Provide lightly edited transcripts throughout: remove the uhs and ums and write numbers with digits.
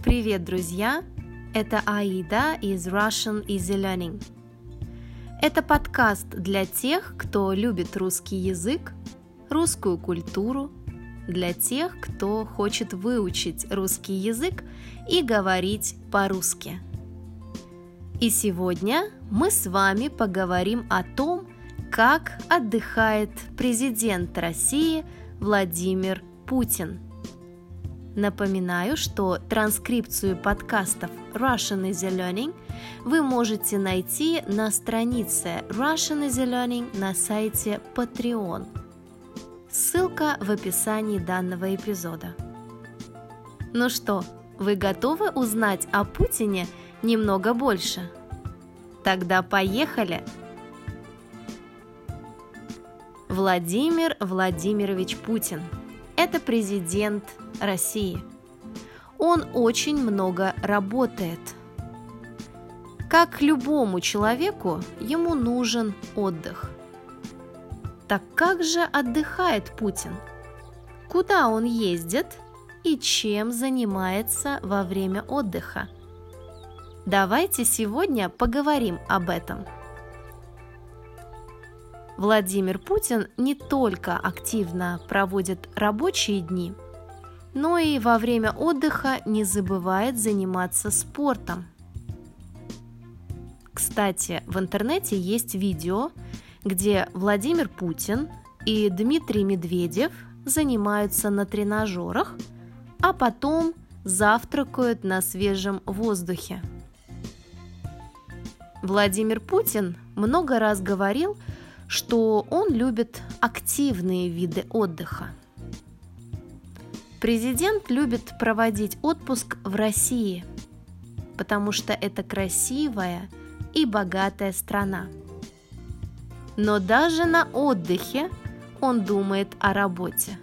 Привет, друзья! Это Аида из Russian Easy Learning. Это подкаст для тех, кто любит русский язык, русскую культуру, для тех, кто хочет выучить русский язык и говорить по-русски. И сегодня мы с вами поговорим о том, как отдыхает президент России Владимир Путин. Напоминаю, что транскрипцию подкастов Russian Easy Learning вы можете найти на странице Russian Easy Learning на сайте Patreon. Ссылка в описании данного эпизода. Ну что, вы готовы узнать о Путине немного больше? Тогда поехали! Владимир Владимирович Путин – это президент России. Он очень много работает. Как любому человеку, ему нужен отдых. Так как же отдыхает Путин? Куда он ездит и чем занимается во время отдыха? Давайте сегодня поговорим об этом. Владимир Путин не только активно проводит рабочие дни, но и во время отдыха не забывает заниматься спортом. Кстати, в интернете есть видео, где Владимир Путин и Дмитрий Медведев занимаются на тренажерах, а потом завтракают на свежем воздухе. Владимир Путин много раз говорил, что он любит активные виды отдыха. Президент любит проводить отпуск в России, потому что это красивая и богатая страна. Но даже на отдыхе он думает о работе.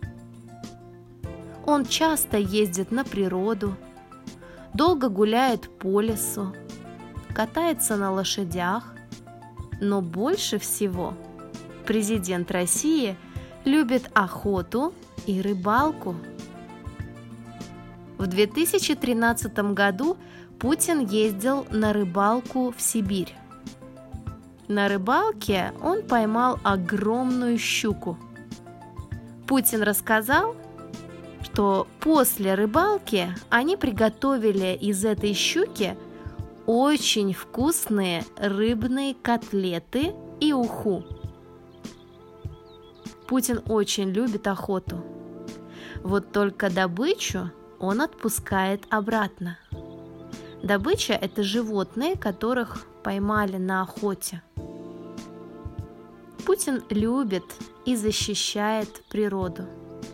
Он часто ездит на природу, долго гуляет по лесу, катается на лошадях, но больше всего президент России любит охоту и рыбалку. В 2013 году Путин ездил на рыбалку в Сибирь. На рыбалке он поймал огромную щуку. Путин рассказал, что после рыбалки они приготовили из этой щуки очень вкусные рыбные котлеты и уху. Путин очень любит охоту. Вот только добычу он отпускает обратно. Добыча – это животные, которых поймали на охоте. Путин любит и защищает природу.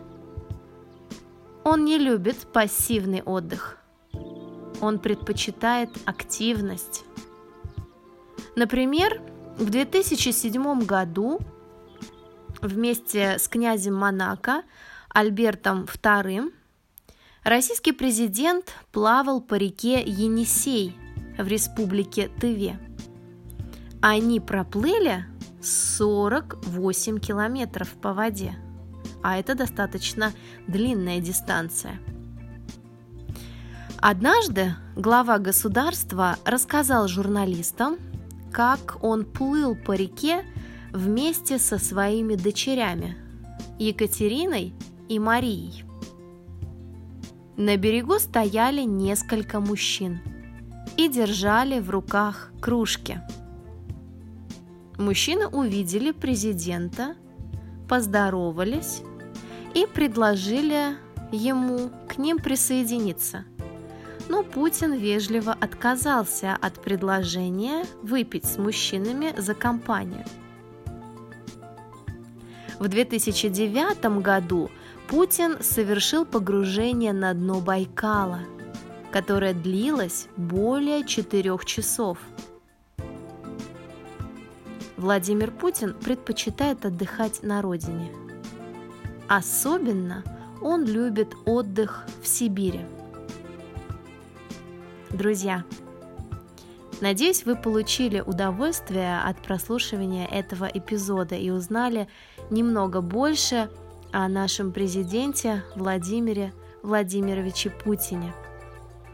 Он не любит пассивный отдых. Он предпочитает активность. Например, в 2007 году вместе с князем Монако Альбертом II российский президент плавал по реке Енисей в республике Тыве. Они проплыли 48 километров по воде, а это достаточно длинная дистанция. Однажды глава государства рассказал журналистам, как он плыл по реке вместе со своими дочерями Екатериной и Марией. На берегу стояли несколько мужчин и держали в руках кружки. Мужчины увидели президента, поздоровались и предложили ему к ним присоединиться. Но Путин вежливо отказался от предложения выпить с мужчинами за компанию. В 2009 году Путин совершил погружение на дно Байкала, которое длилось более 4 часов. Владимир Путин предпочитает отдыхать на родине. Особенно он любит отдых в Сибири. Друзья, надеюсь, вы получили удовольствие от прослушивания этого эпизода и узнали немного больше о нашем президенте Владимире Владимировиче Путине.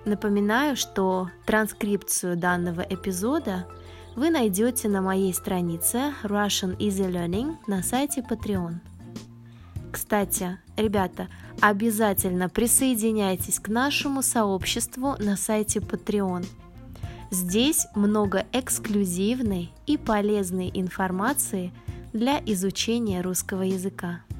Напоминаю, что транскрипцию данного эпизода вы найдете на моей странице Russian Easy Learning на сайте Patreon. Кстати, ребята, обязательно присоединяйтесь к нашему сообществу на сайте Patreon. Здесь много эксклюзивной и полезной информации для изучения русского языка.